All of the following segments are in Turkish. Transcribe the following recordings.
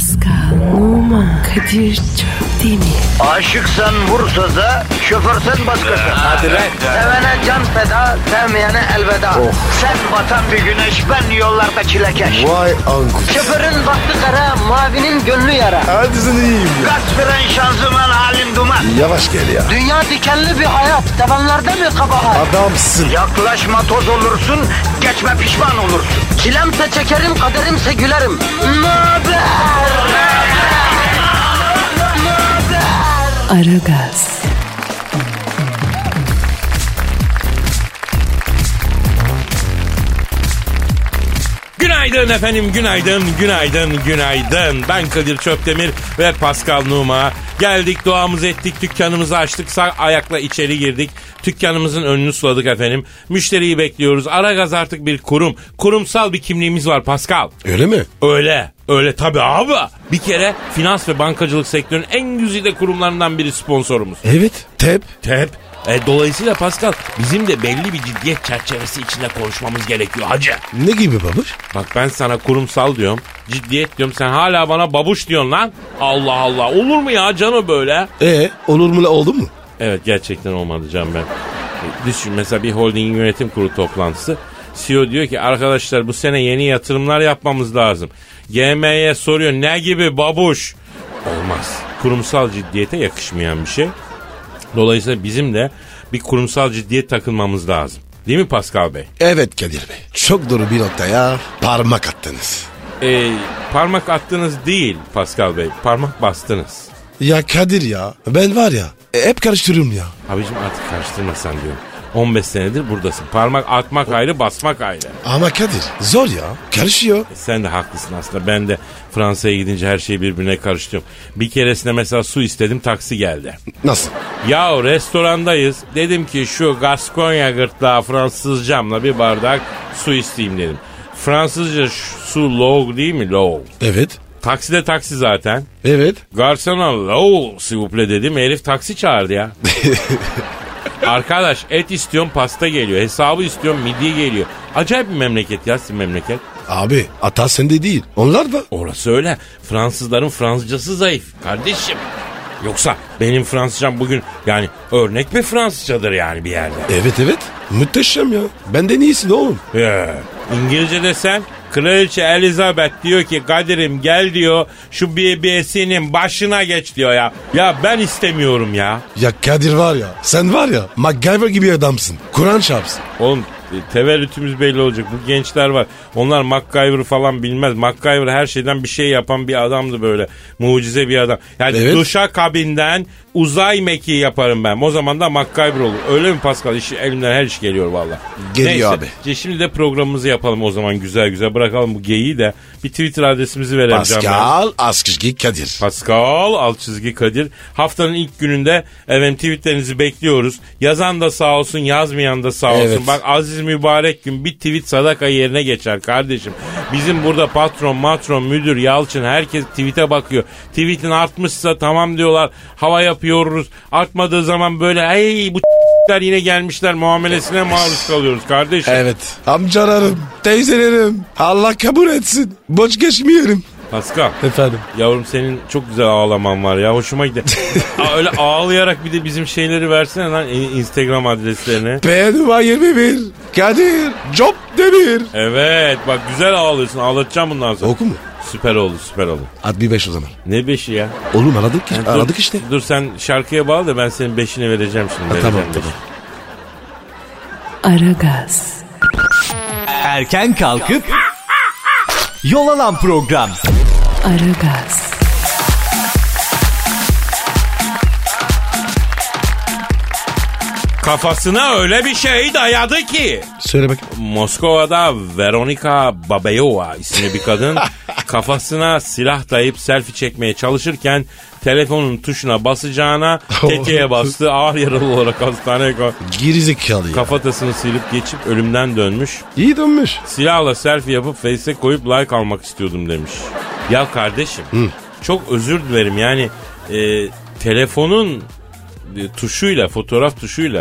Pascal, Oman, Kadir çok değil mi? Aşıksan vursa da, şoförsen başkasın. Hadi lan. Sevene can feda, sevmeyene elveda. Sen batan bir güneş, ben yollarda çilekeş. Vay anku. Şoförün baktı kara, mavinin gönlü yara. Hadi sen iyiyim ya. Kasperen şanzıman halin duman. Yavaş gel ya. Dünya dikenli bir hayat, sevenlerde mi kabahar? Adamsın. Yaklaşma toz olursun, geçme pişman olursun. Çilemse çekerim, kaderimse gülerim. Möber! Aragaz. Günaydın efendim, günaydın. Ben Kadir Çöptemir ve Pascal Numa. Geldik, duamızı ettik, dükkanımızı açtık, sağ ayakla içeri girdik. Dükkanımızın önünü suladık efendim. Müşteriyi bekliyoruz. Aragaz artık bir kurum. Kurumsal bir kimliğimiz var Pascal. Öyle mi? Öyle tabii abi. Bir kere finans ve bankacılık sektörünün en güzide kurumlarından biri sponsorumuz. Evet. Tep. Dolayısıyla Pascal bizim de belli bir ciddiyet çerçevesi içinde konuşmamız gerekiyor hacı. Ne gibi babuş? Bak ben sana kurumsal diyorum, ciddiyet diyorum, sen hala bana babuş diyorsun lan. Allah Allah, olur mu ya canım böyle? Olur mu oldu mu? Evet, gerçekten olmadı canım ben. Düşün mesela bir holding yönetim kurulu toplantısı. CEO diyor ki arkadaşlar bu sene yeni yatırımlar yapmamız lazım. GM'ye soruyor ne gibi babuş? Olmaz. Kurumsal ciddiyete yakışmayan bir şey. Dolayısıyla bizim de bir kurumsal ciddiyet takılmamız lazım. Değil mi Pascal Bey? Evet Kadir Bey. Çok doğru bir noktaya parmak attınız. Parmak attınız değil Pascal Bey. Parmak bastınız. Ya Kadir ya. Ben var ya hep karıştırıyorum ya. Abicim artık karıştırmasan diyorum. 15 senedir buradasın. Parmak atmak ayrı, basmak ayrı. Ama Kadir zor ya. Karışıyor. Sen de haklısın aslında. Ben de Fransa'ya gidince her şeyi birbirine karıştırıyorum. Bir keresinde mesela su istedim, taksi geldi. Nasıl? Ya restorandayız. Dedim ki şu Gaskonya gırtlağı Fransızcamla bir bardak su isteyeyim dedim. Fransızca su low değil mi? Low. Evet. Takside taksi zaten. Evet. Garsona low s'il vous plaît dedim. Herif taksi çağırdı ya. Arkadaş et istiyorum, pasta geliyor. Hesabı istiyorum, midye geliyor. Acayip bir memleket ya sizin memleket. Abi hata sende değil. Onlar da. Orası öyle. Fransızların Fransızcası zayıf kardeşim. Yoksa benim Fransızcam bugün yani örnek bir Fransızcadır yani bir yerde. Evet. Muhteşem ya. Benden iyisin oğlum. İngilizce desen Kraliçe Elizabeth diyor ki Kadir'im gel diyor şu BBC'nin başına geç diyor ya. Ya ben istemiyorum ya. Ya Kadir var ya sen var ya MacGyver gibi adamsın. Kur'an çarpsın. Oğlum tevellütümüz belli olacak. Bu gençler var. Onlar MacGyver'ı falan bilmez. MacGyver her şeyden bir şey yapan bir adamdı böyle. Mucize bir adam. Yani evet. Duşakabinden uzay mekiği yaparım ben. O zaman da MacGyver olur. Öyle mi Pascal? Elimden her iş geliyor valla. Geliyor abi. Şimdi de programımızı yapalım o zaman güzel. Bırakalım bu geyiği de. Bir Twitter adresimizi verelim. Pascal _Kadir. Pascal _Kadir. Haftanın ilk gününde tweetlerinizi bekliyoruz. Yazan da sağ olsun, yazmayan da sağ olsun. Evet. Bak aziz mübarek gün bir tweet sadaka yerine geçer kardeşim. Bizim burada patron, müdür, Yalçın herkes tweet'e bakıyor. Tweet'in artmışsa tamam diyorlar. Hava yapıyoruz. Artmadığı zaman böyle hey bu yine gelmişler muamelesine maruz kalıyoruz kardeşim. Evet. Amcalarım, teyzelerim Allah kabul etsin. Boş geçmeyelim. Pascal. Efendim. Yavrum senin çok güzel ağlaman var ya, hoşuma gitti. Öyle ağlayarak bir de bizim şeyleri versene lan, Instagram adreslerini. P 21 Kadir Job Demir. Evet bak güzel ağlıyorsun, ağlatacağım bundan sonra. Oku mu? Süper oldu. At bir 5 o zaman. Ne 5'i ya? Oğlum aradık Yani aradık işte. Dur sen şarkıya bağlı da ben senin 5'ini vereceğim şimdi. Tamam. Aragaz. Erken kalkıp yol alan program. Aragaz. Kafasına öyle bir şey dayadı ki. Söyle bakayım. Moskova'da Veronika Babayova isimli bir kadın kafasına silah dayayıp selfie çekmeye çalışırken telefonun tuşuna basacağına tekeye bastı. Ağır yaralı olarak hastaneye Gerizekalı ya. kafatasını silip geçip ölümden dönmüş. İyi dönmüş. Silahla selfie yapıp Face'e koyup like almak istiyordum demiş. Ya kardeşim çok özür dilerim yani telefonun tuşuyla, fotoğraf tuşuyla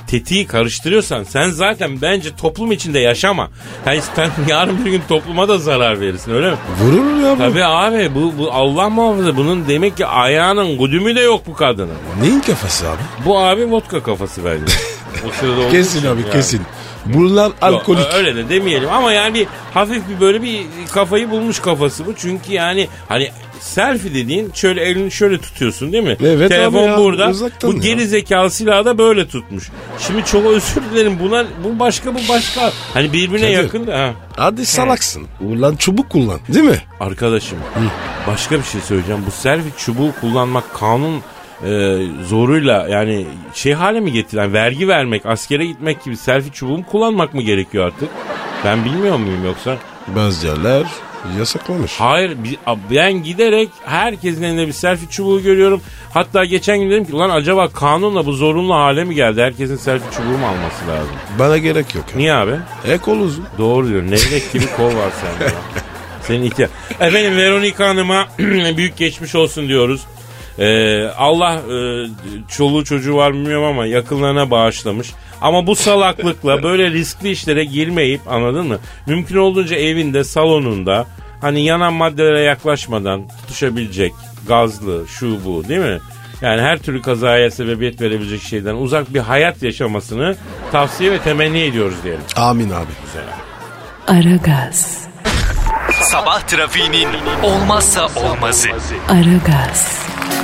tetiği karıştırıyorsan sen zaten bence toplum içinde yaşama. Yani sen yarın bir gün topluma da zarar verirsin, öyle mi? Vurur ya bu. Tabii abi bu Allah muhafaza, bunun demek ki ayağının güdümü de yok bu kadının. Neyin kafası abi? Bu abi vodka kafası bence. O sırada olduğu Kesin için abi yani. kesin. Bunlar alkolik. Yok, öyle de demeyelim ama yani bir hafif bir böyle bir kafayı bulmuş kafası bu. Çünkü yani hani selfie dediğin şöyle elini şöyle tutuyorsun değil mi? Evet Telefon abi ya, burada. uzaktan Bu ya. geri zekalı silahı da böyle tutmuş. Şimdi çok özür dilerim, bu başka. Hani birbirine Kadir. yakın da. Ha. Hadi salaksın. Ulan çubuk kullan. Değil mi? Arkadaşım başka bir şey söyleyeceğim. Bu selfie çubuğu kullanmak kanun zoruyla yani hale mi getiren, vergi vermek, askere gitmek gibi selfie çubuğu mu kullanmak mı gerekiyor artık? Ben bilmiyor muyum yoksa? Bazı yerler yasaklamış. Hayır, ben giderek herkesin elinde bir selfie çubuğu görüyorum. Hatta geçen gün dedim ki lan acaba kanunla bu zorunlu hale mi geldi? Herkesin selfie çubuğu mu alması lazım? Bana gerek yok. Niye abi? Kol uzun. Doğru diyor. Nevrek gibi kol var sende. Senin ihtiyaç. Efendim Veronika Hanım'a büyük geçmiş olsun diyoruz. Allah çoluğu çocuğu var bilmiyorum ama yakınlarına bağışlamış. Ama bu salaklıkla böyle riskli işlere girmeyip, anladın mı? Mümkün olduğunca evinde, salonunda hani yanan maddelere yaklaşmadan tutuşabilecek gazlı, şu bu değil mi? Yani her türlü kazaya sebebiyet verebilecek şeyden uzak bir hayat yaşamasını tavsiye ve temenni ediyoruz diyelim. Amin abi. Aragaz. Sabah trafiğinin olmazsa olmazı. Aragaz.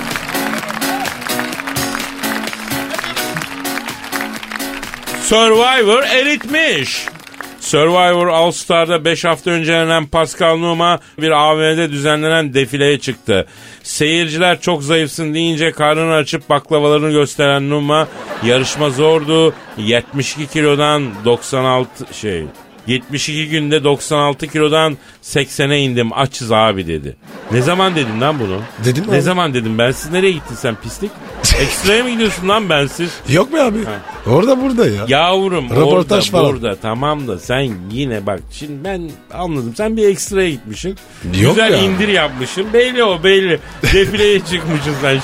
Survivor eritmiş. Survivor All Star'da 5 hafta önce elenen Pascal Numa bir AVM'de düzenlenen defileye çıktı. Seyirciler çok zayıfsın deyince karnını açıp baklavalarını gösteren Numa, yarışma zordu, 72 günde 96 kilodan 80'e indim, açız abi dedi. Ne zaman dedim lan bunu? Dedim Ne abi. zaman dedim? Bensiz nereye gittin sen pislik? Ekstraya mı gidiyorsun lan bensiz? Yok mu abi? Orada burada ya. Yavrum Röportaj orada falan. burada tamam da sen yine bak şimdi ben anladım, sen bir ekstraya gitmişsin. Yok Güzel ya. indir yapmışsın, belli defileye çıkmışsın sen.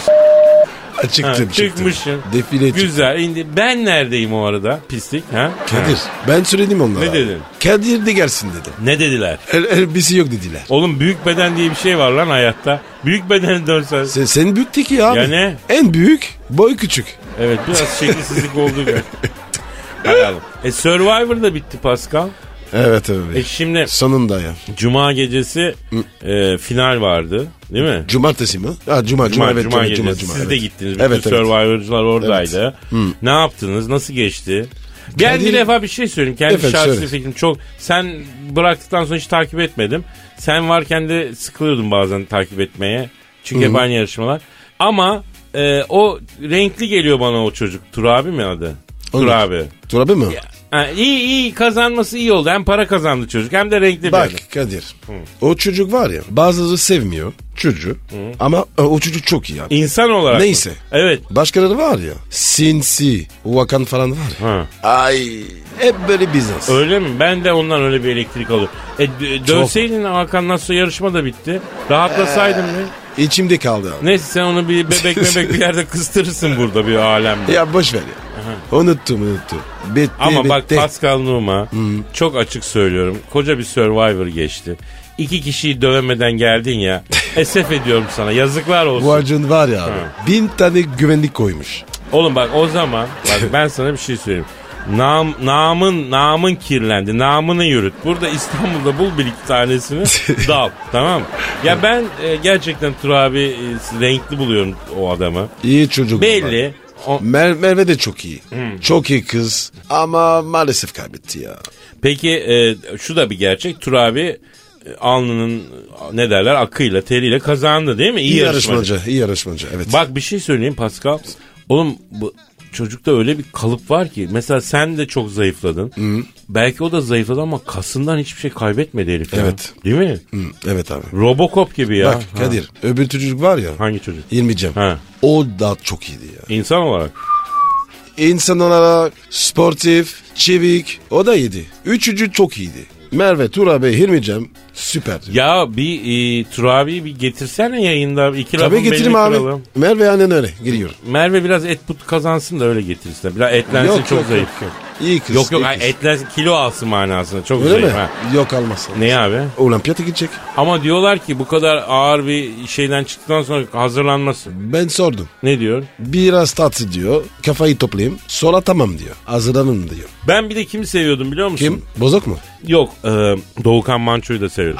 Çıkmışsın. Defile çıktım. Güzel indir. Ben neredeyim o arada pislik ha? Kadir ben söyledim onlara. Ne dedin? Kadir de gelsin dedim. Ne dediler? Elbisi yok dediler. Oğlum büyük beden diye bir şey var lan hayatta. Büyük bedeni dönsen. Senin büyük teki abi. Ya ne? En büyük boy küçük. Evet biraz şekilsizlik oldu. Bakalım. Survivor da bitti Pascal. Evet abi. Şimdi Sonunda ya. Cuma gecesi final vardı değil mi? Cumartesi mi? Ha, Cuma gecesi. Cuma. Siz evet. de gittiniz. Bütün Evet, evet. Survivor'cular oradaydı. Ne yaptınız? Nasıl geçti? Ben bir defa bir şey söyleyeyim. Kendi Efendim, şahsi söyle. fikrim çok. Sen bıraktıktan sonra hiç takip etmedim. Sen varken de sıkılıyordum bazen takip etmeye. Çünkü hep aynı yarışmalar. Ama o renkli geliyor bana o çocuk. Turabi mi adı? Turabi. Turabi mi? İyi kazanması iyi oldu. Hem para kazandı çocuk hem de renkli bir Bak adam. Kadir. O çocuk var ya, bazıları sevmiyor çocuğu ama o çocuk çok iyi abi. İnsan olarak. Neyse. mı? Evet. Başkaları var ya, Sinsi, Vakan falan var ya. Ha. Ay hep böyle business. Öyle mi? Ben de ondan öyle bir elektrik alıyorum. Dönseydin Hakan, nasıl yarışma da bitti. Rahatlasaydın mı? İçimde kaldı abi. Neyse sen onu bir bebek bir yerde kıstırırsın burada bir alemde. Ya boş ver ya. Unuttum. Bitti. Ama bak Pascal Numa çok açık söylüyorum. Koca bir Survivor geçti. 2 kişiyi dövemeden geldin ya. Esef ediyorum sana. Yazıklar olsun. Bu acın var ya abi. 1000 tane güvenlik koymuş. Oğlum bak o zaman ben sana bir şey söyleyeyim. Namın kirlendi. Namını yürüt. Burada İstanbul'da bul bir iki tanesini dal. Tamam mı? Ya ben gerçekten Turabi renkli buluyorum o adamı. İyi çocuk. Belli. Merve de çok iyi. Çok iyi kız. Ama maalesef kaybetti ya. Peki şu da bir gerçek. Turabi alnının ne derler akıyla teriyle kazandı değil mi? İyi yarışmacı. İyi yarışmacı evet. Bak bir şey söyleyeyim Pascal. Oğlum bu çocukta öyle bir kalıp var ki. Mesela sen de çok zayıfladın. Belki o da zayıfladı ama kasından hiçbir şey kaybetmedi herif. Evet. Ya. Değil mi? Evet abi. Robocop gibi ya. Bak Kadir öbür çocuk var ya. Hangi çocuk? İlmicem. Ha. O da çok iyiydi ya. İnsan olarak. İnsan olarak sportif, çevik o da iyiydi. Üçüncü çok iyiydi. Merve, Turabi, Hilmicem Süper. Ya bir Turabi bir getirsene yayında. İki Tabii lafın getireyim belini abi. kıralım. Merve annen öyle giriyor. Merve biraz et but kazansın da öyle getirsin. Biraz etlensin, çok zayıf. İyi kız. Yok iyi hayır, kız. etlensin, kilo alsın manasında, çok Öyle zayıf. mi? Ha. Yok almasın. Ne abi? Olimpiyata gidecek. Ama diyorlar ki bu kadar ağır bir şeyden çıktıktan sonra hazırlanması. Ben sordum. Ne diyor? Biraz tatlı diyor. Kafayı toplayayım. Sonra tamam diyor. Hazırlanın diyor. Ben bir de kimi seviyordum biliyor musun? Kim? Bozok mu? Yok, Doğukan Manço'yu da seviyordum.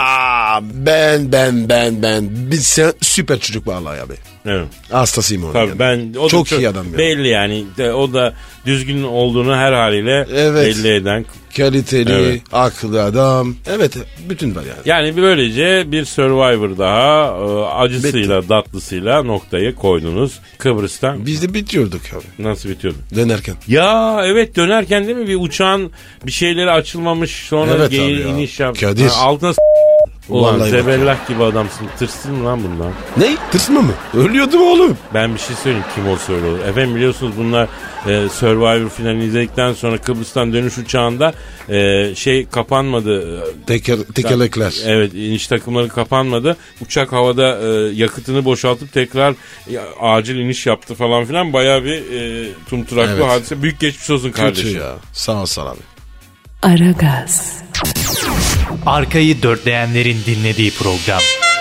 Ben. Biz sen süper çocuk vallahi abi. Evet. Hastasıyım onun. Tabii yani. ben o da Çok iyi adam ya. Belli yani. O da düzgün olduğunu her haliyle Evet. belli eden. Kaliteli, Evet. akıllı adam. Evet, bütün var yani. Yani böylece bir Survivor daha acısıyla tatlısıyla noktayı koydunuz Kıbrıs'tan. Biz de bitiyorduk abi. Nasıl bitiyordu? Dönerken. Ya evet, dönerken değil mi bir uçağın bir şeyleri açılmamış, sonra Evet abi ya. iniş yaptı. Kadir. Altına ulan Vallahi zebellah gibi adamsın. Tırsın mı lan bundan? Ne? Tırsma mı? Ölüyordum oğlum. Ben bir şey söyleyeyim, kim o söylüyor. Efendim biliyorsunuz bunlar Survivor finalini izledikten sonra Kıbrıs'tan dönüş uçağında kapanmadı. Tekerlekler. Evet, iniş takımları kapanmadı. Uçak havada yakıtını boşaltıp tekrar acil iniş yaptı falan filan. Bayağı bir tumturaklı Evet. hadise. Büyük geçmiş olsun kardeşim. Kötü ya. Sağ ol abi. Aragaz, Arkayı dörtleyenlerin dinlediği program.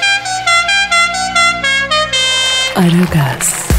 Aragaz,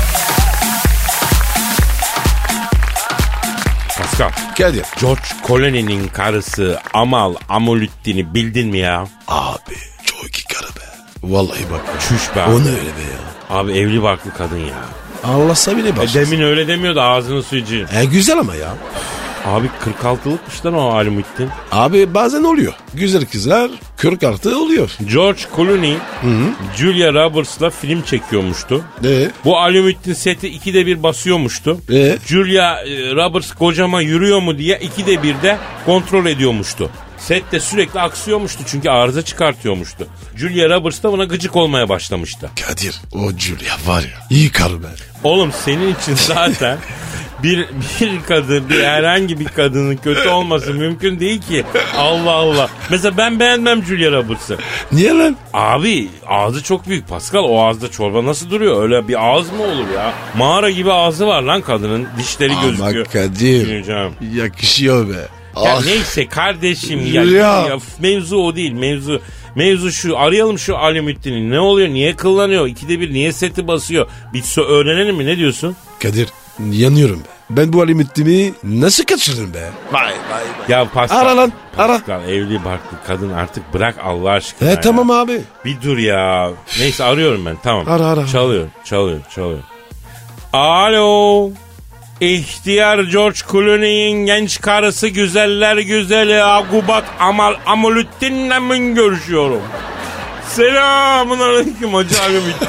Pascal, Kadir. George Clooney'nin karısı Amal Amolüddin'i bildin mi ya? Abi çok iyi karı be. Vallahi bak. Çüş be O abi. ne öyle be ya. Abi evli barklı kadın ya. Allah'sa bile başlasın. Demin öyle demiyordu, ağzını suyucu. Güzel ama ya. Abi 46'lıkmış lan o Almuddin. Abi bazen oluyor. Güzel kızlar 46 oluyor. George Clooney Julia Roberts'la film çekiyormuştu. Bu Almuddin seti 2'de 1 basıyormuştu. Julia Roberts kocama yürüyor mu diye 2'de 1'de kontrol ediyormuştu. Sette sürekli aksıyormuştu çünkü arıza çıkartıyormuştu. Julia Roberts da buna gıcık olmaya başlamıştı. Kadir o Julia var ya iyi karı be. Oğlum senin için zaten bir kadın, bir herhangi bir kadının kötü olması mümkün değil ki. Allah Allah. Mesela ben beğenmem Julia Roberts'ı. Niye lan? Abi ağzı çok büyük Pascal. O ağızda çorba nasıl duruyor? Öyle bir ağız mı olur ya? Mağara gibi ağzı var lan kadının. Dişleri gözüküyor. Ama Kadir Bilmiyorum. yakışıyor be. Ya neyse kardeşim ya, mevzu o değil, mevzu şu, arayalım şu Almuddin'i, ne oluyor, niye kullanıyor, 2'de 1 niye seti basıyor, bir öğrenelim mi, ne diyorsun? Kadir yanıyorum be. Ben bu Almuddin'i nasıl kaçırdım be? Vay. Ya Pascal, Ara lan, ara. Pascal, evli barklı kadın, artık bırak Allah aşkına ya. Tamam abi. Bir dur ya, neyse arıyorum ben, tamam. Ara. Çalıyor. Alo. İhtiyar George Clooney'in genç karısı güzeller güzeli Agubat Amal Amolüddin'le mi görüşüyorum? Selamun aleyküm Hacı Almuddin.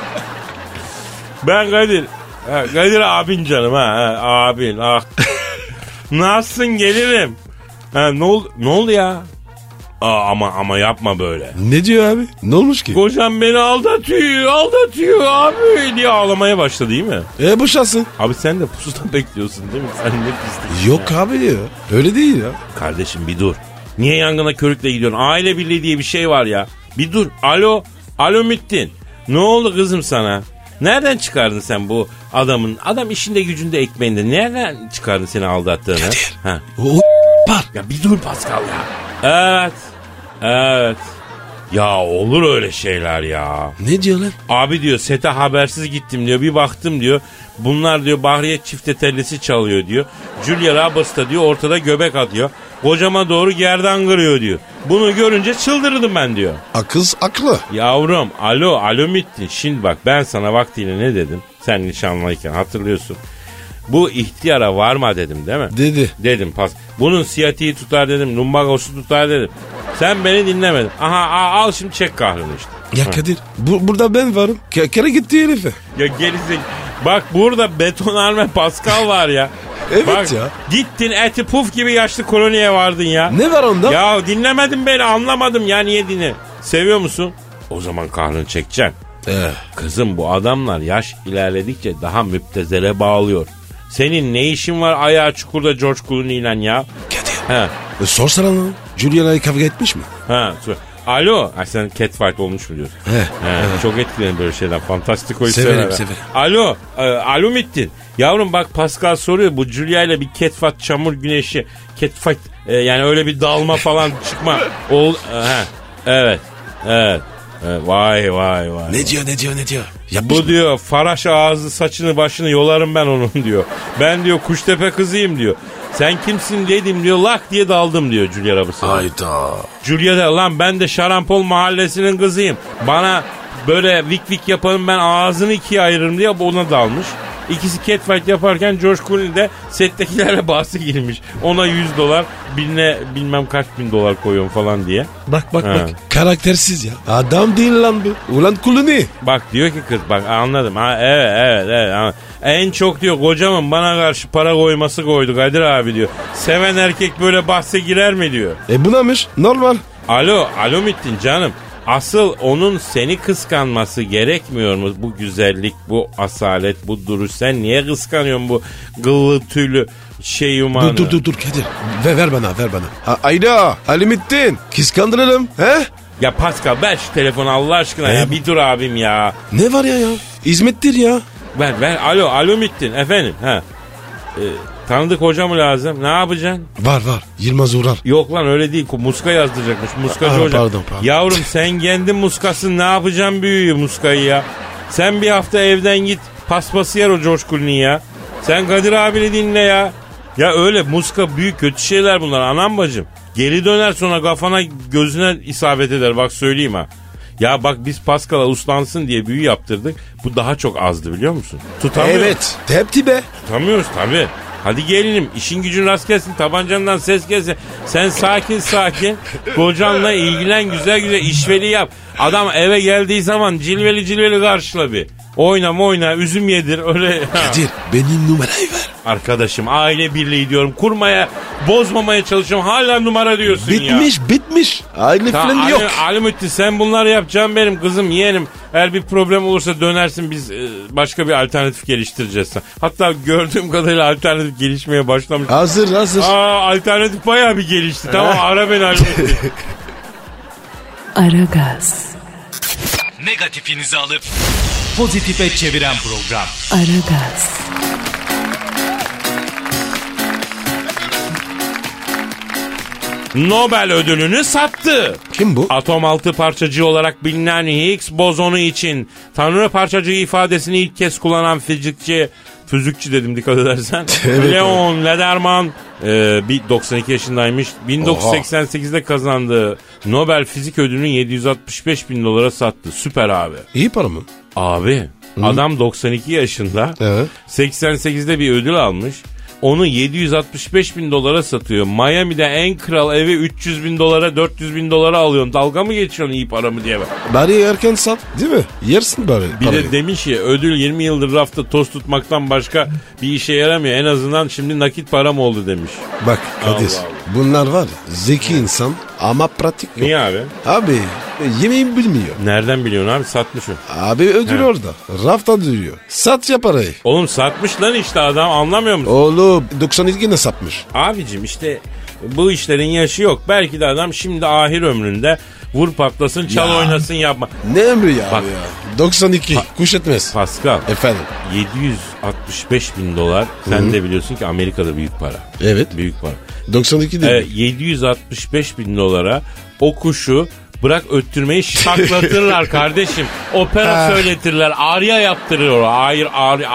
Ben Kadir. Kadir abin canım abin. Nasılsın gelirim? Ne oldu ya? Ama yapma böyle. Ne diyor abi? Ne olmuş ki? Kocam beni aldatıyor abi diye ağlamaya başladı değil mi? Boşansın. Abi sen de pusuda bekliyorsun değil mi? Sen ne pislik. Yok ya. Abi ya. Öyle değil ya. Kardeşim bir dur. Niye yangına körükle gidiyorsun? Aile birliği diye bir şey var ya. Bir dur. Alo Müttin. Ne oldu kızım sana? Nereden çıkardın sen bu adam işinde gücünde ekmeğinde. Nereden çıkardın seni aldattığını? Kadir. Ha. O var. Ya bir dur Pascal ya. Evet. Ya olur öyle şeyler ya. Ne diyor lan? Abi diyor sete habersiz gittim diyor. Bir baktım diyor. Bunlar diyor Bahriyet çifte tellisi çalıyor diyor. Julia Roberts da diyor ortada göbek atıyor. Kocama doğru gerdan kırıyor diyor. Bunu görünce çıldırdım ben diyor. Kız aklı. Yavrum alo Müttin. Şimdi bak ben sana vaktiyle ne dedim? Sen nişanlıyken hatırlıyorsun. Bu ihtiyara varma dedim değil mi? Dedi. Dedim pas. Bunun siyatiği tutar dedim. Lumbagosu tutar dedim. Sen beni dinlemedin. Aha al şimdi çek kahrını işte. Ya Kadir burada ben varım. Kere gitti herife. Ya gerizek. Bak burada betonarme Pascal var ya. Evet bak, ya. Gittin eti puf gibi yaşlı koloniye vardın ya. Ne var onda? Ya dinlemedin beni, anlamadım ya, niye dinle. Seviyor musun? O zaman kahrını çekeceksin. Kızım bu adamlar yaş ilerledikçe daha müptezele bağlıyor. Senin ne işin var ayağı çukurda George Clooney ile ya? Kadir. He. Sorsana lan. Julia'yla kavga etmiş mi? Ha. Alo. Ha, sen catfight olmuş mu diyorsun? Çok etkilenir böyle şeyden. Fantastiko'yu Severim. Alo. Alo Mittin. Yavrum bak Pascal soruyor. Bu Julia ile bir catfight, çamur güneşi, catfight yani öyle bir dalma falan çıkma. Evet. Vay. Ne diyor? Bu diyor faraş ağzı saçını başını yolarım ben onun diyor. Ben diyor Kuştepe kızıyım diyor. Sen kimsin dedim diyor, lak diye daldım diyor Julia arabasına. Hayda. Julia da lan ben de Şarampol mahallesinin kızıyım. Bana böyle vik vik yapanın ben ağzını ikiye ayırırım diye ona dalmış. İkisi catfight yaparken George Clooney de settekilerle bahse girmiş. Ona $100 birine bilmem kaç bin dolar koyuyorum falan diye. Bak. Karaktersiz ya. Adam değil lan bu. Ulan Clooney. Bak diyor ki kız bak anladım. Evet. En çok diyor kocamın bana karşı para koyması koydu Kadir abi diyor. Seven erkek böyle bahse girer mi diyor. Bunamış normal. Alo Mittin canım. Asıl onun seni kıskanması gerekmiyor mu? Bu güzellik, bu asalet, bu duruş. Sen niye kıskanıyorsun bu gıllı tüylü yumanı? Dur Kadir. Ver bana. Ayda Halimittin. Kıskandıralım. He? Ya Pascal ver şu telefonu Allah aşkına ya. Bir dur abim ya. Ne var ya? Hizmettir ya. Ver. Alo Mittin efendim. Tanıdık hoca mı lazım? Ne yapacaksın? Var. Yılmaz Uğrar. Yok lan öyle değil. Muska yazdıracakmış. Muskacı hoca. Pardon. Yavrum sen kendin muskasın. Ne yapacaksın büyüğü muskayı ya? Sen bir hafta evden git. Paspası yer o George Clooney ya. Sen Kadir abini dinle ya. Ya öyle muska büyük kötü şeyler bunlar anam bacım. Geri döner sonra kafana gözüne isabet eder. Bak söyleyeyim ha. Ya bak biz Pascal'a uslansın diye büyü yaptırdık. Bu daha çok azdı biliyor musun? Tutamıyoruz. Evet. Tepti be. Tutamıyoruz tabii. Hadi gelinim işin gücün rast gelsin, tabancandan ses gelsin. Sen sakin kocanla ilgilen, güzel işveli yap. Adam eve geldiği zaman cilveli karşıla bir. Oyna üzüm yedir öyle. Kadir benim numarayı ver. Arkadaşım aile birliği diyorum kurmaya, bozmamaya çalışıyorum, hala numara diyorsun Bitmiş. Aile falan yok. Alimütti sen bunları yapacaksın benim kızım yeğenim. Eğer bir problem olursa dönersin biz başka bir alternatif geliştireceğiz. Hatta gördüğüm kadarıyla alternatif gelişmeye başlamış. Hazır. Alternatif bayağı bir gelişti. Tamam ara beni Alimütti. Aragaz. Negatifinizi alıp pozitife çeviren program. Aragaz. Nobel ödülünü sattı. Kim bu? Atom altı parçacığı olarak bilinen Higgs bozonu için Tanrı parçacığı ifadesini ilk kez kullanan fizikçi dedim dikkat edersen. Leon Lederman 92 yaşındaymış. 1988'de kazandığı Nobel Fizik ödülünü $765.000 sattı. Süper abi. İyi para mı? Abi adam 92 yaşında. Evet. 88'de bir ödül almış. Onu $765.000 satıyor. Miami'de en kral evi $300.000, $400.000 alıyorsun. Dalga mı geçiyorsun iyi para mı diye bak. Bari erken sat değil mi? Yersin bari. Bir parayı. de demiş ya ödül 20 yıldır rafta toz tutmaktan başka bir işe yaramıyor. En azından şimdi nakit param oldu demiş. Bak Kadir Allah. bunlar var ya zeki insan ama pratik yok. Niye abi? Abi yemeği bilmiyor. Nereden biliyorsun abi satmışım. Abi ödül orada. Rafta duruyor. Sat ya parayı. Oğlum satmış lan işte adam anlamıyor musun? Oğlum 92 ne satmış? Abicim işte bu işlerin yaşı yok. Belki de adam şimdi ahir ömründe vur patlasın çal oynasın yapma. Ne ömrü ya Bak. abi ya? 92 kuş etmez. Pascal. Efendim. $765.000 sen de biliyorsun ki Amerika'da büyük para. Evet. Büyük para. 92 değil. $765.000 o kuşu bırak öttürmeyi şaklatırlar kardeşim. Opera söyletirler. Arya yaptırır o. Hayır.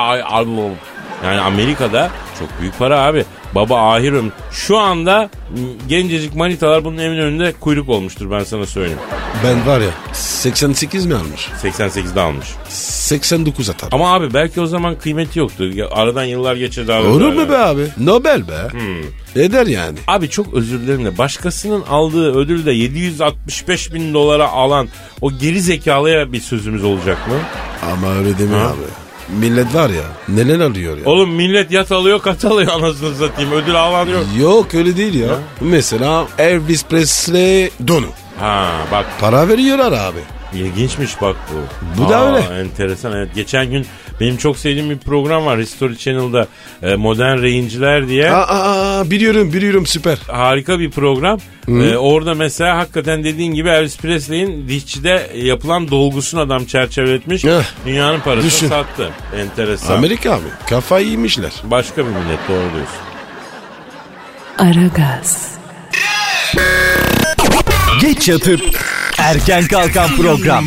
Yani Amerika'da çok büyük para abi. Baba ahir ömrü. Şu anda gencecik manitalar bunun evinin önünde kuyruk olmuştur ben sana söyleyeyim. Ben var ya 88 mi almış? 88'de almış. 89 atar. Ama abi belki o zaman kıymeti yoktu. Aradan yıllar geçer daha. Olur mu be abi? Nobel be. Eder yani. Abi çok özür dilerim de başkasının aldığı ödülde $765.000 alan o geri zekalıya bir sözümüz olacak mı? Ama öyle deme abi. Millet var ya neler alıyor ya. Oğlum millet yat alıyor kat alıyor anasını satayım ödül alan yok. Yok öyle değil ya. Mesela Elvis Presley donu. Ha bak. Para veriyorlar abi. İlginçmiş bak bu. Bu da öyle. Enteresan. Evet. Geçen gün benim çok sevdiğim bir program var History Channel'da, Modern Range'ler diye. Biliyorum süper. Harika bir program. Orada mesela hakikaten dediğin gibi Elvis Presley'in dişçide yapılan dolgusunu adam çerçeveletmiş. Dünyanın parasını sattı. Enteresan. Amerika abi. Kafayı yemişler. Başka bir millet, doğru diyorsun. Aragaz. Geç yatıp erken kalkan program.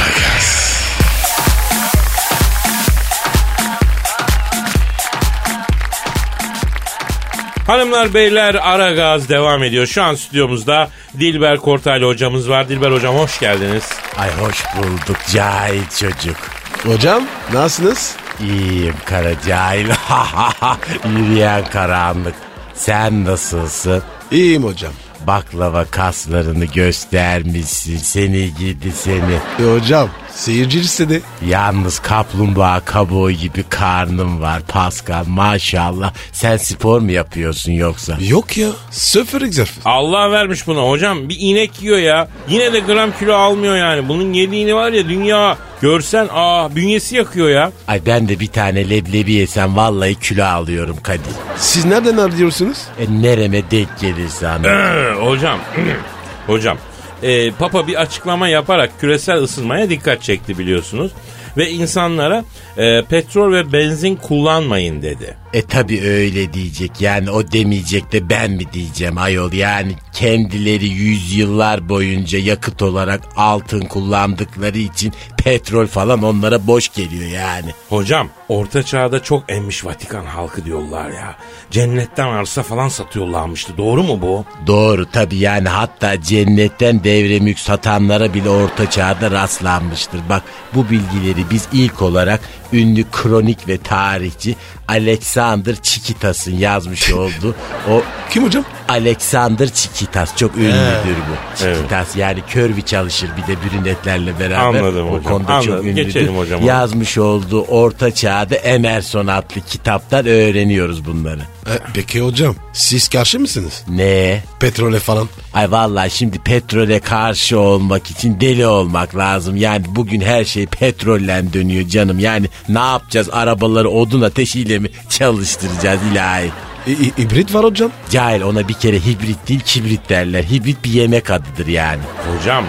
Hanımlar beyler, Aragaz devam ediyor. Şu an stüdyomuzda Dilber Kortaylı hocamız var. Dilber hocam hoş geldiniz. Ay hoş bulduk cahil çocuk. Hocam nasılsınız? İyiyim kara cahil. Yürüyen karanlık. Sen nasılsın? İyiyim hocam. Baklava kaslarını göstermişsin. Seni gidi seni. Hocam seyirci istedi. Yalnız kaplumbağa kabuğu gibi karnım var Pascal maşallah. Sen spor mu yapıyorsun yoksa? Yok ya, sıfır egzersiz. Allah vermiş buna hocam. Bir inek yiyor ya. Yine de gram kilo almıyor yani. Bunun yediğini var ya, dünya görsen bünyesi yakıyor ya. Ay ben de bir tane leblebi yesem vallahi kilo alıyorum Kadir. Siz nereden alıyorsunuz? Nereme denk gelirse Hocam Papa bir açıklama yaparak küresel ısınmaya dikkat çekti biliyorsunuz. Ve insanlara petrol ve benzin kullanmayın dedi. Tabi öyle diyecek, yani o demeyecek de ben mi diyeceğim ayol, yani kendileri yüzyıllar boyunca yakıt olarak altın kullandıkları için petrol falan onlara boş geliyor yani. Hocam Orta Çağ'da çok emmiş Vatikan halkı diyorlar ya. Cennetten arsa falan satıyorlarmıştı, doğru mu bu? Doğru tabi, yani hatta cennetten devre mülk satanlara bile Orta Çağ'da rastlanmıştır. Bak bu bilgileri biz ilk olarak ünlü kronik ve tarihçi Alexander Çikitas'ın yazmış olduğu o... Kim hocam? Alexander Çikitas, çok ünlüdür bu. Çikitas evet. Yani kör bir çalışır bir de brünetlerle beraber. Anladım o hocam. konuda çok ünlüdür. Geçelim hocam. Yazmış olduğu Orta Çağ'da Emerson adlı kitaptan öğreniyoruz bunları. Peki hocam siz karşı mısınız? Ne? Petrole falan. Ay vallahi şimdi petrole karşı olmak için deli olmak lazım. Yani bugün her şey petrolle dönüyor canım. Yani ne yapacağız, arabaları odun ateşiyle mi çalıştıracağız ilahi? Hibrit var hocam. Cahil, ona bir kere hibrit değil kibrit derler. Hibrit bir yemek adıdır yani. Hocam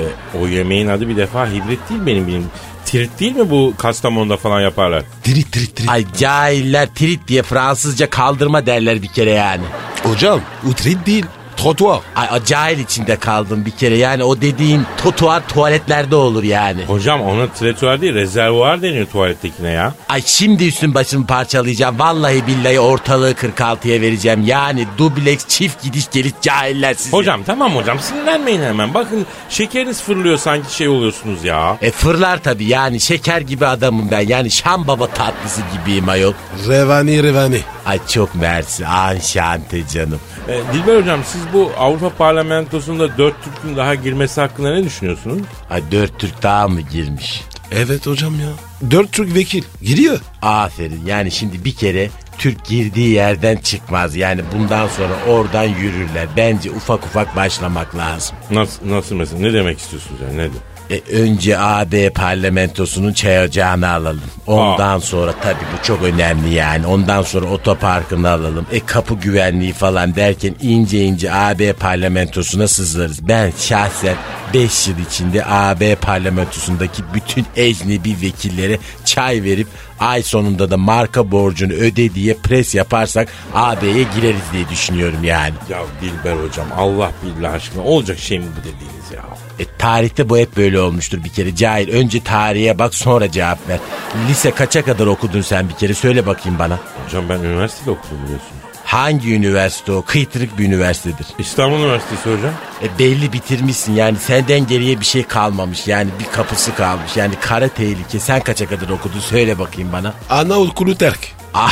o yemeğin adı bir defa hibrit değil benim bildiğim. Tirit değil mi bu, Kastamonu'da falan yaparlar? Tirit. Ay cahiller, tirit diye Fransızca kaldırma derler bir kere yani. Hocam o tirit değil. Trotuar. Ay cahil içinde kaldım bir kere, yani o dediğin trotuar tuvaletlerde olur yani. Hocam ona trotuar değil, rezervuar deniyor tuvalettekine ya. Ay şimdi üstün başımı parçalayacağım. Vallahi billahi ortalığı 46'ya vereceğim. Yani dubleks çift gidiş geliş cahiller sizi. Hocam tamam hocam, sinirlenmeyin hemen. Bakın şekeriniz fırlıyor, sanki şey oluyorsunuz ya. Fırlar tabii, yani şeker gibi adamım ben. Yani Şam baba tatlısı gibiyim ayol. Revani. Ay çok mersi, anşante canım. Dilber hocam, siz bu Avrupa Parlamentosu'nda 4 Türk'ün daha girmesi hakkında ne düşünüyorsunuz? Ay 4 Türk daha mı girmiş? Evet hocam ya. 4 Türk vekil giriyor. Aferin, yani şimdi bir kere Türk girdiği yerden çıkmaz. Yani bundan sonra oradan yürürler. Bence ufak ufak başlamak lazım. Nasıl mesela? Ne demek istiyorsunuz yani? Nedir? Önce AB parlamentosunun çay ocağını alalım. Ondan sonra tabii bu çok önemli yani. Ondan sonra otoparkını alalım. Kapı güvenliği falan derken ince AB parlamentosuna sızlarız. Ben şahsen 5 yıl içinde AB parlamentosundaki bütün ecnebi vekillere çay verip ay sonunda da marka borcunu öde diye pres yaparsak AB'ye gireriz diye düşünüyorum yani. Ya Dilber hocam, Allah billah aşkına, olacak şey mi bu dediğiniz ya? Tarihte bu hep böyle olmuştur bir kere cahil. Önce tarihe bak, sonra cevap ver. Lise kaça kadar okudun sen bir kere, söyle bakayım bana. Hocam ben üniversitede okudum biliyorsunuz. Hangi üniversite o? Kıytırık bir üniversitedir. İstanbul Üniversitesi hocam. Belli bitirmişsin yani, senden geriye bir şey kalmamış. Yani bir kapısı kalmış. Yani kara tehlike. Sen kaça kadar okudun, söyle bakayım bana. Anaokulu terk.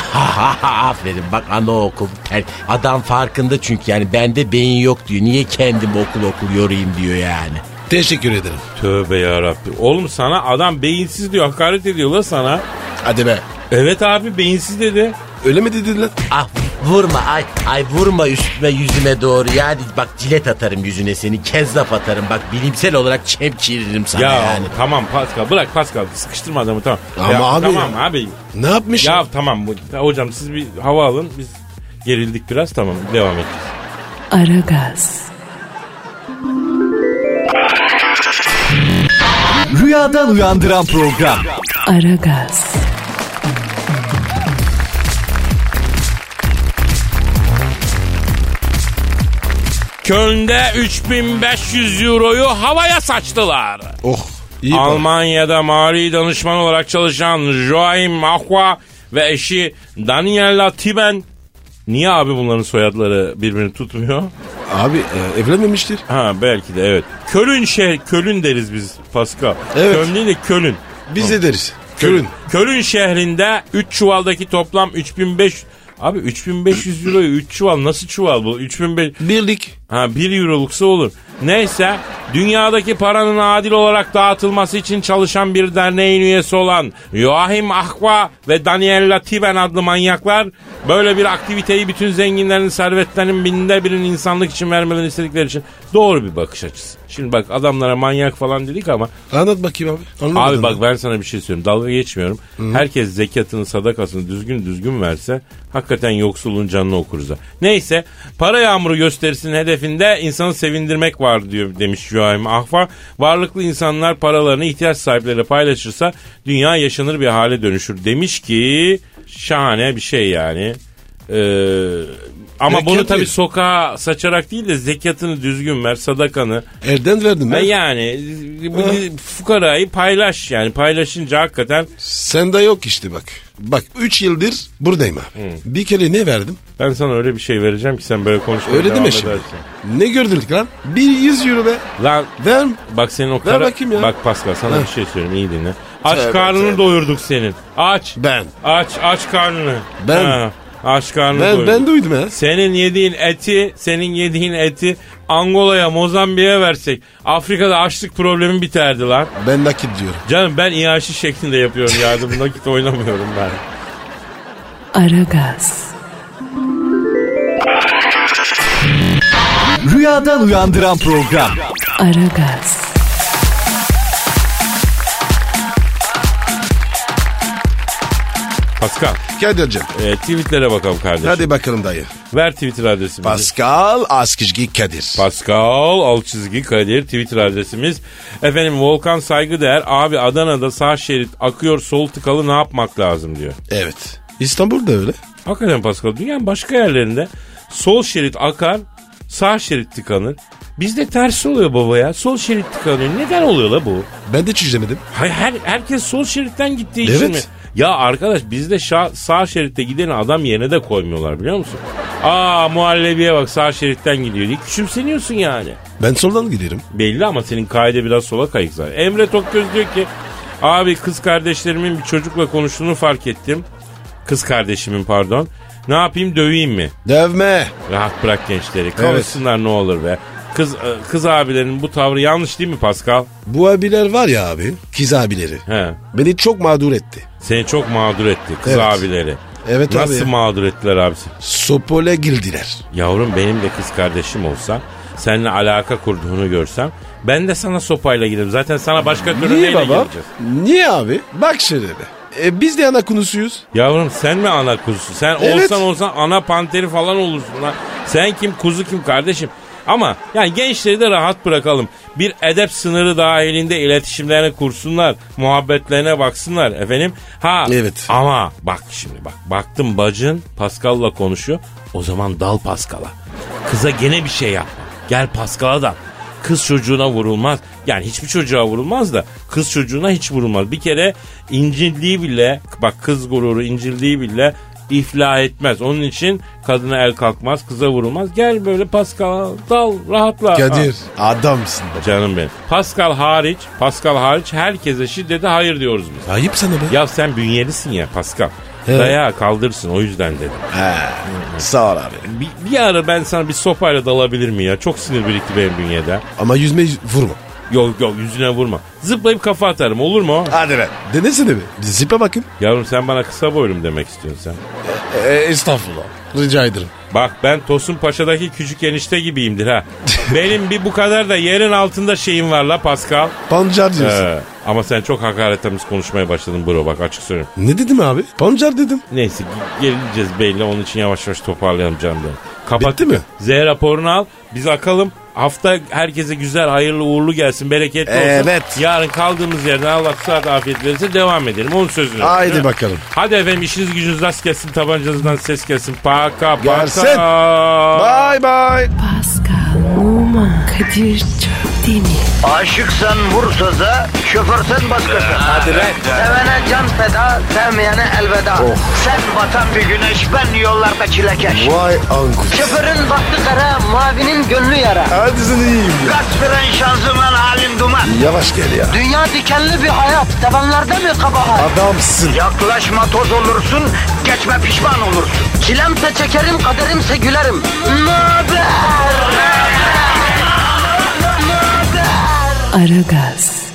Aferin bak, anaokulu terk. Adam farkında çünkü, yani bende beyin yok diyor. Niye kendim okul yorayım diyor yani. Teşekkür ederim. Tövbe yarabbim. Oğlum sana adam beyinsiz diyor, hakaret ediyorlar sana. Hadi be. Evet abi, beyinsiz dedi. Öyle mi dediler? Vurma ay vurma üstüme yüzüme doğru yani bak cilet atarım yüzüne seni kezzap atarım bak bilimsel olarak çemkiririm sana Ya yani. tamam Pascal bırak Pascal sıkıştırma adamı tamam. Ama Ya, abi tamam ya. abi. Ne yapmış? Ya tamam hocam siz bir hava alın biz gerildik biraz tamam devam edeceğiz. Aragaz, Rüyadan uyandıran program. Aragaz, Köln'de 3500 euroyu havaya saçtılar. Oh iyi para. Almanya'da mali danışman olarak çalışan Joachim Mahwa ve eşi Daniela Tiben. Niye abi bunların soyadları birbirini tutmuyor? Abi evlenmemiştir. Ha belki de evet. Köln deriz biz Pascal. Evet. Köln değil de Köln. Biz de deriz. Köln. Köln şehrinde 3 çuvaldaki toplam 3500. Abi 3500 euroyu 3 çuval nasıl çuval bu? 3500. Birlik. Ha 1 euroluksa olur. Neyse dünyadaki paranın adil olarak dağıtılması için çalışan bir derneğin üyesi olan Joachim Mahwa ve Daniela Tiben adlı manyaklar böyle bir aktiviteyi bütün zenginlerin servetlerinin binde birinin insanlık için vermelerini istedikleri için doğru bir bakış açısı. Şimdi bak adamlara manyak falan dedik ama. Anlat bakayım abi. Anlamadım Abi bak ben sana bir şey söyleyeyim. Dalga geçmiyorum. Herkes zekatını sadakasını düzgün verse hakikaten yoksulun canını okuruz. Neyse para yağmuru gösterisinin hedefinde insanı sevindirmek var diyor demiş Joachim Mahwa. Varlıklı insanlar paralarını ihtiyaç sahipleriyle paylaşırsa dünya yaşanır bir hale dönüşür demiş ki şahane bir şey yani. Ama bunu tabii sokağa saçarak değil de zekatını düzgün ver, sadakanı. Elden verdim ben. Yani fukarayı paylaş yani paylaşınca hakikaten. Sende yok işte bak. Bak 3 yıldır buradayım abi. Bir kere ne verdim? Ben sana öyle bir şey vereceğim ki sen böyle konuşmaya Öyle devam deme edersin. şimdi. Ne gördük lan? 100 euro be. Lan Ver. bak senin o Ver kara... bakayım ya. Bak Pascal sana bir şey söyleyeyim iyi dinle. Aç Tövbe, karnını tövbe. doyurduk senin. Aç. Ben. Aç karnını. Ben. Ha, aç karnını doyurduk. Ben duydum ha. Senin yediğin eti Angola'ya, Mozambik'e versek Afrika'da açlık problemi biterdi lan. Ben nakit diyorum. Canım ben iaşi şeklinde yapıyorum yardım. Nakit oynamıyorum ben. Aragaz, Rüyadan uyandıran program. Aragaz, Pascal, Kadir'cim. tweetlere bakalım kardeşim. Hadi bakalım dayı. Ver Twitter adresimizi. Pascal Askizgi Kadir. Pascal _ Kadir Twitter adresimiz. Efendim Volkan Saygıdeğer abi Adana'da sağ şerit akıyor sol tıkalı ne yapmak lazım diyor. Evet. İstanbul'da öyle. Hakikaten Pascal dünyanın başka yerlerinde sol şerit akar sağ şerit tıkanır. Bizde tersi oluyor baba ya. Sol şerit tıkanıyor. Neden oluyor la bu? Ben de çözemedim. Hayır, herkes sol şeritten gittiği için Evet. mi? Ya arkadaş bizde sağ şeritte gideni adam yerine de koymuyorlar biliyor musun? Muhallebiye bak sağ şeritten gidiyor diye küçümseniyorsun yani. Ben soldan giderim. Belli ama senin kaide biraz sola kayık zaten. Emre Tokgöz diyor ki abi kız kardeşlerimin bir çocukla konuştuğunu fark ettim. Kız kardeşimin pardon. Ne yapayım döveyim mi? Dövme. Rahat bırak gençleri. Konuşsunlar ne olur be. Kız abilerin bu tavrı yanlış değil mi Pascal? Bu abiler var ya abi. Kız abileri. He. Beni çok mağdur etti. Seni çok mağdur etti kız Evet. abileri. Evet abi. Nasıl mağdur ettiler abisi? Sopole girdiler. Yavrum benim de kız kardeşim olsa seninle alaka kurduğunu görsem ben de sana sopayla giderim. Zaten sana başka türlü Niye neyle baba? geleceğiz? Niye abi? Bak şöyle be. Biz de ana konusuyuz. Yavrum sen mi ana kuzusu? Sen Evet. olsan ana panteri falan olursun lan. Sen kim kuzu kim kardeşim? Ama yani gençleri de rahat bırakalım. Bir edep sınırı dahilinde iletişimlerini kursunlar. Muhabbetlerine baksınlar efendim. Evet. Ama bak şimdi bak. Baktım bacın Pascal'la konuşuyor. O zaman dal Pascal'a. Kıza gene bir şey yapma. Gel Pascal'a da. Kız çocuğuna vurulmaz. Yani hiçbir çocuğa vurulmaz da kız çocuğuna hiç vurulmaz. Bir kere incildiği bile bak kız gururu incildiği bile iflah etmez. Onun için kadına el kalkmaz, kıza vurulmaz. Gel böyle Pascal dal rahatla. Kadir adamsın be. Canım benim. Pascal hariç herkese şiddete hayır diyoruz biz. Ayıp sana be. Ya sen bünyelisin ya Pascal. Evet. Dayağı kaldırsın o yüzden dedim. Sağ ol abi. Bir ara ben sana bir sopayla dalabilir mi ya? Çok sinir birikti benim bünyede. Ama yüzme vurma. Yok yüzüne vurma. Zıplayıp kafa atarım, olur mu? Hadi be. Denesene bir. Zipe bakayım. Yavrum sen bana kısa boylum demek istiyorsun sen. Estağfurullah. Rica ederim. Bak ben Tosun Paşa'daki küçük enişte gibiyimdir ha. Benim bir bu kadar da yerin altında şeyim var la Pascal. Pancar diyorsun. Ama sen çok hakaretamiz konuşmaya başladın bro, bak açık söyleyeyim. Ne dedim abi? Pancar dedim. Neyse geleceğiz belli, onun için yavaş yavaş toparlayalım canım benim. Kapat. Bitti mi? Z raporunu al, biz akalım. Hafta herkese güzel, hayırlı, uğurlu gelsin, bereketli olsun. Evet. Yarın kaldığımız yerden Allah sıhhat afiyet verirse devam edelim. Onun sözünü. Haydi bakalım. Hadi efendim, işiniz gücünüz rast gelsin, tabancanızdan ses gelsin. Paka. Gelsin. Bye bye. Pascal, Oman, Kadir çok değil mi? Aşıksan vursa da, şoförsen başkasın. Hadi lan. Sevene can feda, sevmeyene elveda. Sen batan bir güneş, ben yollarda çilekeş. Vay anku. Şoförün baktı kara, mavinin gönlü yara. Hadi sen iyiyim ya. Kasperen şanzıman halin duman. Yavaş gel ya. Dünya dikenli bir hayat, sevenlerde mi kabahar? Adamsın. Yaklaşma toz olursun, geçme pişman olursun. Çilemse çekerim, kaderimse gülerim. Möber! Aragaz.